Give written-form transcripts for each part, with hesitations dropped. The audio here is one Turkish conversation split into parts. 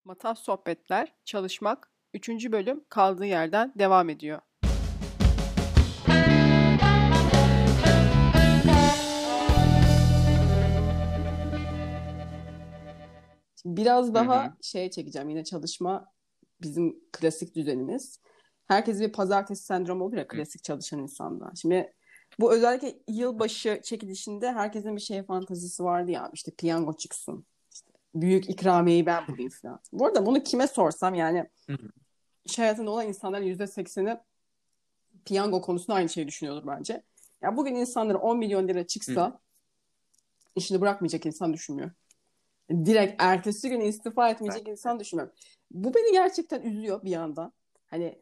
Matah Sohbetler, Çalışmak 3. bölüm kaldığı yerden devam ediyor. Şimdi biraz daha çekeceğim yine çalışma bizim klasik düzenimiz. Herkes bir pazartesi sendromu olur ya klasik çalışan insanda. Şimdi bu özellikle yılbaşı çekilişinde herkesin bir fantazisi vardı ya işte piyango çıksın. Büyük ikramiyeyi ben bulayım falan. Bu arada bunu kime sorsam yani iş hayatında olan insanların %80'i piyango konusunda aynı şeyi düşünüyordur bence. Ya bugün insanlara 10 milyon lira çıksa işini bırakmayacak insan düşünmüyor. Direkt ertesi gün istifa etmeyecek insan düşünmüyor. Bu beni gerçekten üzüyor bir yandan. Hani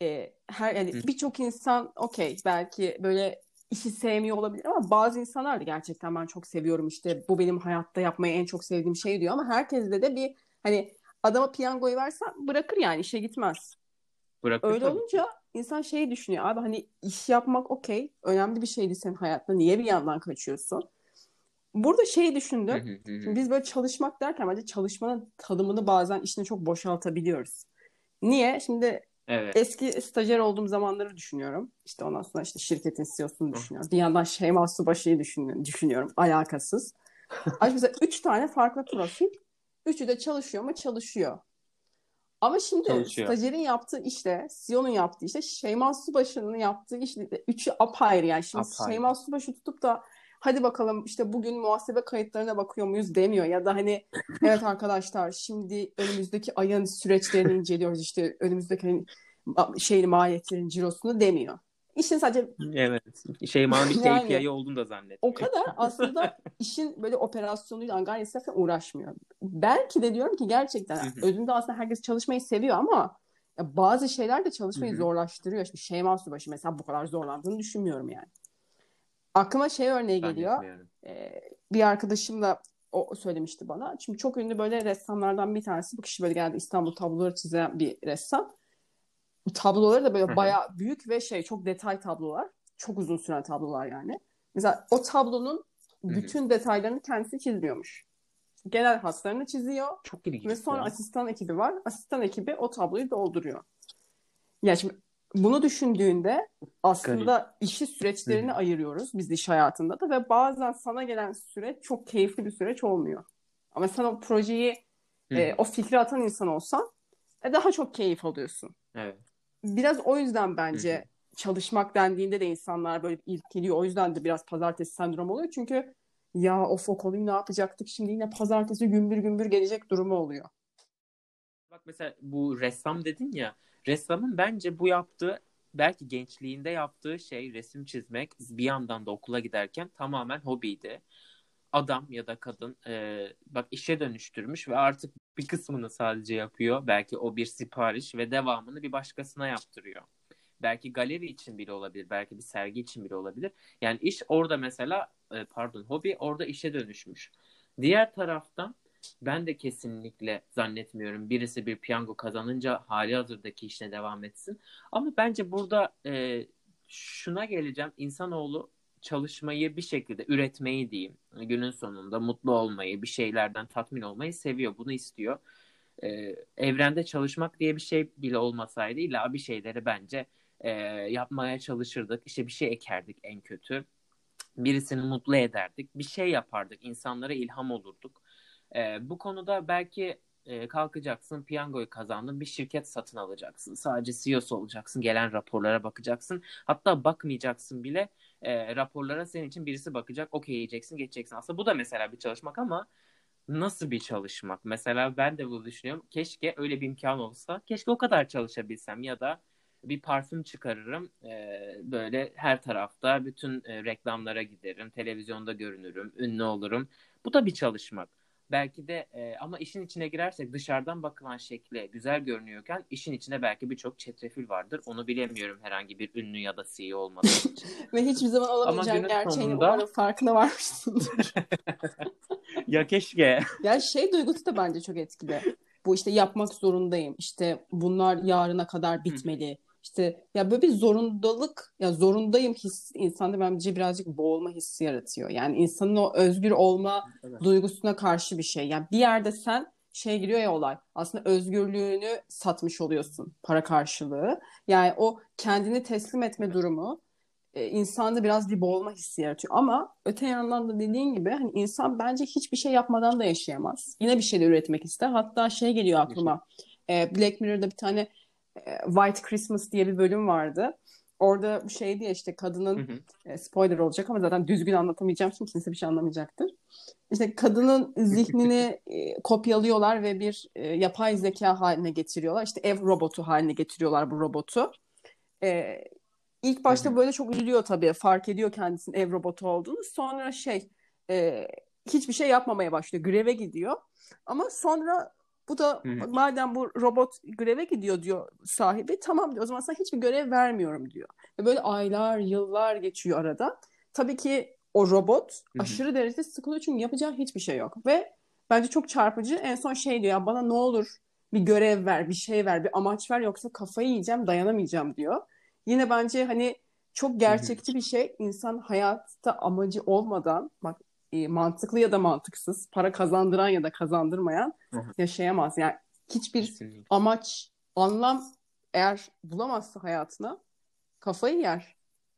birçok insan okey belki böyle işi sevmiyor olabilir ama bazı insanlar da gerçekten ben çok seviyorum işte bu benim hayatta yapmayı en çok sevdiğim şey diyor ama herkeste de bir hani adama piyangoyu versen bırakır yani işe gitmez. Bırakır Öyle tabii ki. olunca insan düşünüyor abi hani iş yapmak okey önemli bir şeydi senin hayatta niye bir yandan kaçıyorsun? Burada düşündüm. Şimdi biz böyle çalışmak derken bence çalışmanın tanımını bazen içine çok boşaltabiliyoruz. Niye? Şimdi Evet. eski stajyer olduğum zamanları düşünüyorum. İşte ondan sonra işte şirketin CEO'sunu düşünüyorum. Bir yandan Şeyma Subaşı'yı düşünüyorum. Alakasız. Mesela 3 tane farklı profil. Üçü de çalışıyor mu? Çalışıyor. Ama şimdi Çalışıyor. stajyerin yaptığı işte, CEO'nun yaptığı işte, Şeyma Subaşı'nın yaptığı işte üçü apayrı yani. Şimdi Apayrı. Şeyma Subaşı tutup da hadi bakalım işte bugün muhasebe kayıtlarına bakıyor muyuz demiyor. Ya da hani evet arkadaşlar şimdi önümüzdeki ayın süreçlerini inceliyoruz işte önümüzdeki maliyetlerin cirosunu demiyor. İşin sadece Evet. Şeyma'nın bir yani KPI olduğunu da o zannetmiyor. kadar aslında işin böyle operasyonuyla gayet uğraşmıyor. Belki de diyorum ki gerçekten özünde aslında herkes çalışmayı seviyor ama ya bazı şeyler de çalışmayı zorlaştırıyor. Şimdi Şeyma Subaşı mesela bu kadar zorlandığını düşünmüyorum yani. Aklıma örneği geliyor. Zannetmiyorum. Bir arkadaşım da o söylemişti bana. Çünkü çok ünlü böyle ressamlardan bir tanesi. Bu kişi böyle geldi İstanbul tabloları çizen bir ressam. Tabloları da böyle bayağı büyük ve çok detay tablolar. Çok uzun süren tablolar yani. Mesela o tablonun bütün detaylarını kendisi çizmiyormuş. Genel hatlarını çiziyor Çok ve ilginç sonra ya. asistan ekibi var. Asistan ekibi o tabloyu dolduruyor. Yani şimdi bunu düşündüğünde Garip. aslında işi süreçlerine ayırıyoruz biz iş hayatında da ve bazen sana gelen süreç çok keyifli bir süreç olmuyor. Ama sen o projeyi, o fikri atan insan olsan daha çok keyif alıyorsun. Evet. Biraz o yüzden bence çalışmak dendiğinde de insanlar böyle irkiliyor. O yüzden de biraz pazartesi sendromu oluyor. Çünkü ya of o konuyu ne yapacaktık şimdi yine pazartesi gümbür gümbür gelecek durumu oluyor. Bak mesela bu ressam dedin ya. Ressamın bence bu yaptığı belki gençliğinde yaptığı şey resim çizmek bir yandan da okula giderken tamamen hobiydi. Adam ya da kadın bak işe dönüştürmüş ve artık bir kısmını sadece yapıyor. Belki o bir sipariş ve devamını bir başkasına yaptırıyor. Belki galeri için bile olabilir. Belki bir sergi için bile olabilir. Yani iş orada mesela hobi orada işe dönüşmüş. Diğer taraftan ben de kesinlikle zannetmiyorum birisi bir piyango kazanınca hali hazırdaki işine devam etsin. Ama bence burada şuna geleceğim. İnsanoğlu çalışmayı bir şekilde üretmeyi diyeyim. Günün sonunda mutlu olmayı, bir şeylerden tatmin olmayı seviyor. Bunu istiyor. Evrende çalışmak diye bir şey bile olmasaydı illa bir şeyleri bence yapmaya çalışırdık. İşte bir şey ekerdik en kötü. Birisini mutlu ederdik. Bir şey yapardık. İnsanlara ilham olurduk. Bu konuda belki kalkacaksın, piyangoyu kazandın, bir şirket satın alacaksın. Sadece CEO'su olacaksın, gelen raporlara bakacaksın. Hatta bakmayacaksın bile. Raporlara senin için birisi bakacak, okey diyeceksin, geçeceksin. Aslında bu da mesela bir çalışmak ama nasıl bir çalışmak? Mesela ben de bunu düşünüyorum. Keşke öyle bir imkan olsa. Keşke o kadar çalışabilsem ya da bir parfüm çıkarırım. Böyle her tarafta bütün reklamlara giderim. Televizyonda görünürüm. Ünlü olurum. Bu da bir çalışmak. Belki de ama işin içine girersek dışarıdan bakılan şekli güzel görünüyorken işin içinde belki birçok çetrefil vardır. Onu bilemiyorum herhangi bir ünlü ya da CEO olmadığım için. Ve hiçbir zaman Ama olamayacağın günün gerçeğini sonunda umarım farkına varmışsındır. ya keşke. Yani duygusu da bence çok etkili. Bu işte yapmak zorundayım. İşte bunlar yarına kadar bitmeli. İşte ya böyle bir zorundalık, ya zorundayım hissi insanda bence birazcık boğulma hissi yaratıyor. Yani insanın o özgür olma Evet. duygusuna karşı bir şey. Yani bir yerde sen şey giriyor ya olay. Aslında özgürlüğünü satmış oluyorsun para karşılığı. Yani o kendini teslim etme durumu insanda biraz bir boğulma hissi yaratıyor. Ama öte yandan da dediğin gibi hani insan bence hiçbir şey yapmadan da yaşayamaz. Yine bir şeyler üretmek ister. Hatta şey geliyor aklıma. Black Mirror'da bir tane White Christmas diye bir bölüm vardı. Orada şey diye işte kadının spoiler olacak ama zaten düzgün anlatamayacağım çünkü kimse bir şey anlamayacaktır. İşte kadının zihnini kopyalıyorlar ve bir yapay zeka haline getiriyorlar. İşte ev robotu haline getiriyorlar bu robotu. E, İlk başta böyle çok üzülüyor tabii. Fark ediyor kendisinin ev robotu olduğunu. Sonra e, hiçbir şey yapmamaya başlıyor. Greve gidiyor. Ama sonra bu da madem bu robot greve gidiyor diyor sahibi. Tamam diyor. O zaman sana hiçbir görev vermiyorum diyor. Ve böyle aylar, yıllar geçiyor arada. Tabii ki o robot aşırı derecede sıkılıyor çünkü yapacağı hiçbir şey yok. Ve bence çok çarpıcı. En son şey diyor ya bana ne olur bir görev ver, bir şey ver, bir amaç ver yoksa kafayı yiyeceğim, dayanamayacağım diyor. Yine bence hani çok gerçekçi bir şey. İnsan hayatta amacı olmadan bak mantıklı ya da mantıksız, para kazandıran ya da kazandırmayan yaşayamaz. Yani hiçbir Kesinlikle. amaç, anlam eğer bulamazsa hayatına kafayı yer.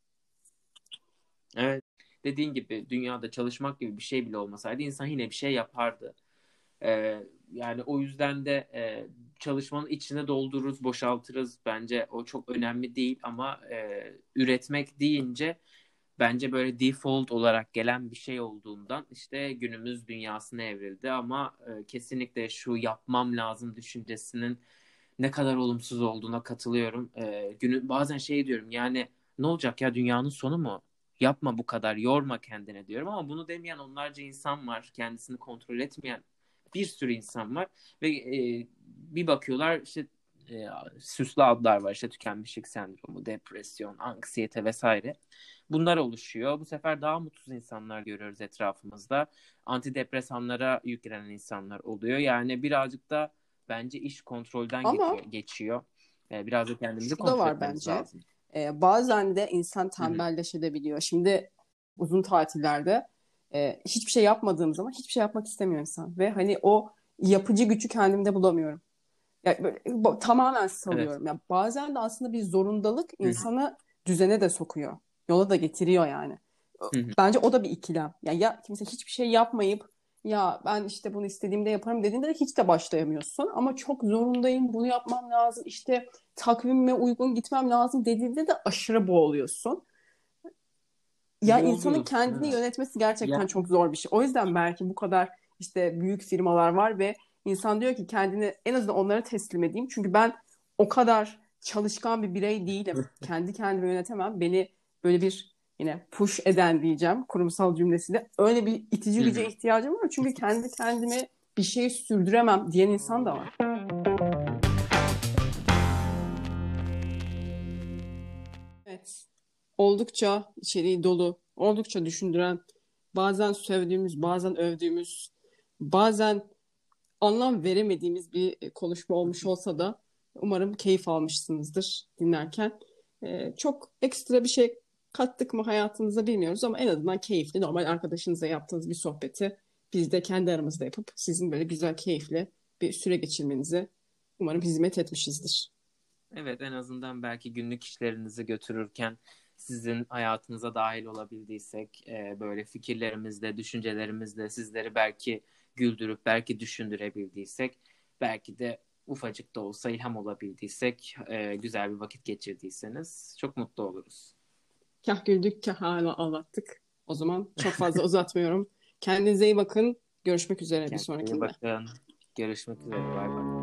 Evet. Dediğin gibi dünyada çalışmak gibi bir şey bile olmasaydı insan yine bir şey yapardı. Yani o yüzden de çalışmanın içine doldururuz, boşaltırız. Bence o çok önemli değil ama üretmek deyince bence böyle default olarak gelen bir şey olduğundan işte günümüz dünyasına evrildi ama kesinlikle şu yapmam lazım düşüncesinin ne kadar olumsuz olduğuna katılıyorum. Bazen şey diyorum yani ne olacak ya dünyanın sonu mu? Yapma bu kadar, yorma kendine diyorum ama bunu demeyen onlarca insan var. Kendisini kontrol etmeyen bir sürü insan var ve bir bakıyorlar işte süslü adlar var işte tükenmişlik sendromu, depresyon, anksiyete vesaire. Bunlar oluşuyor. Bu sefer daha mutsuz insanlar görüyoruz etrafımızda. Antidepresanlara yüklenen insanlar oluyor. Yani birazcık da bence iş kontrolden Ama geçiyor. Biraz da kendimizi şu da kontrol var etmemiz bence. lazım. Bazen de insan Hı hı. tembelleşebiliyor. Şimdi uzun tatillerde hiçbir şey yapmadığım zaman hiçbir şey yapmak istemiyor insan. Ve hani o yapıcı gücü kendimde bulamıyorum. Yani böyle, tamamen Evet. salıyorum. Yani bazen de aslında bir zorundalık Hı hı. insanı düzene de sokuyor. Yola da getiriyor yani. Hı hı. Bence o da bir ikilem. Yani ya kimse hiçbir şey yapmayıp ya ben işte bunu istediğimde yaparım dediğinde de hiç de başlayamıyorsun. Ama çok zorundayım, bunu yapmam lazım, işte takvime uygun gitmem lazım dediğinde de aşırı boğuluyorsun. Ya insanın Boğuluyorsun. kendini Evet. yönetmesi gerçekten Ya, çok zor bir şey. O yüzden belki bu kadar işte büyük firmalar var ve insan diyor ki kendini en azından onlara teslim edeyim. Çünkü ben o kadar çalışkan bir birey değilim. Kendi kendimi yönetemem. Beni böyle bir yine push eden diyeceğim kurumsal cümlesiyle. Öyle bir itici hı güce hı. ihtiyacım var. Çünkü kendi kendime bir şey sürdüremem diyen insan da var. Evet. Oldukça içeriği dolu, oldukça düşündüren, bazen sövdüğümüz, bazen övdüğümüz, bazen anlam veremediğimiz bir konuşma olmuş olsa da umarım keyif almışsınızdır dinlerken. Çok ekstra bir şey kattık mı hayatınıza bilmiyoruz ama en azından keyifli, normal arkadaşınızla yaptığınız bir sohbeti biz de kendi aramızda yapıp sizin böyle güzel, keyifli bir süre geçirmenizi umarım hizmet etmişizdir. evet, en azından belki günlük işlerinizi götürürken sizin hayatınıza dahil olabildiysek böyle fikirlerimizle, düşüncelerimizle sizleri belki güldürüp belki düşündürebildiysek belki de ufacık da olsa ilham olabildiysek güzel bir vakit geçirdiyseniz çok mutlu oluruz. Kah güldük, kah hala ağlattık. O zaman çok fazla uzatmıyorum. Kendinize iyi bakın. Görüşmek üzere bir Kendinize iyi sonrakinde. bakın. Görüşmek üzere. Bay bay.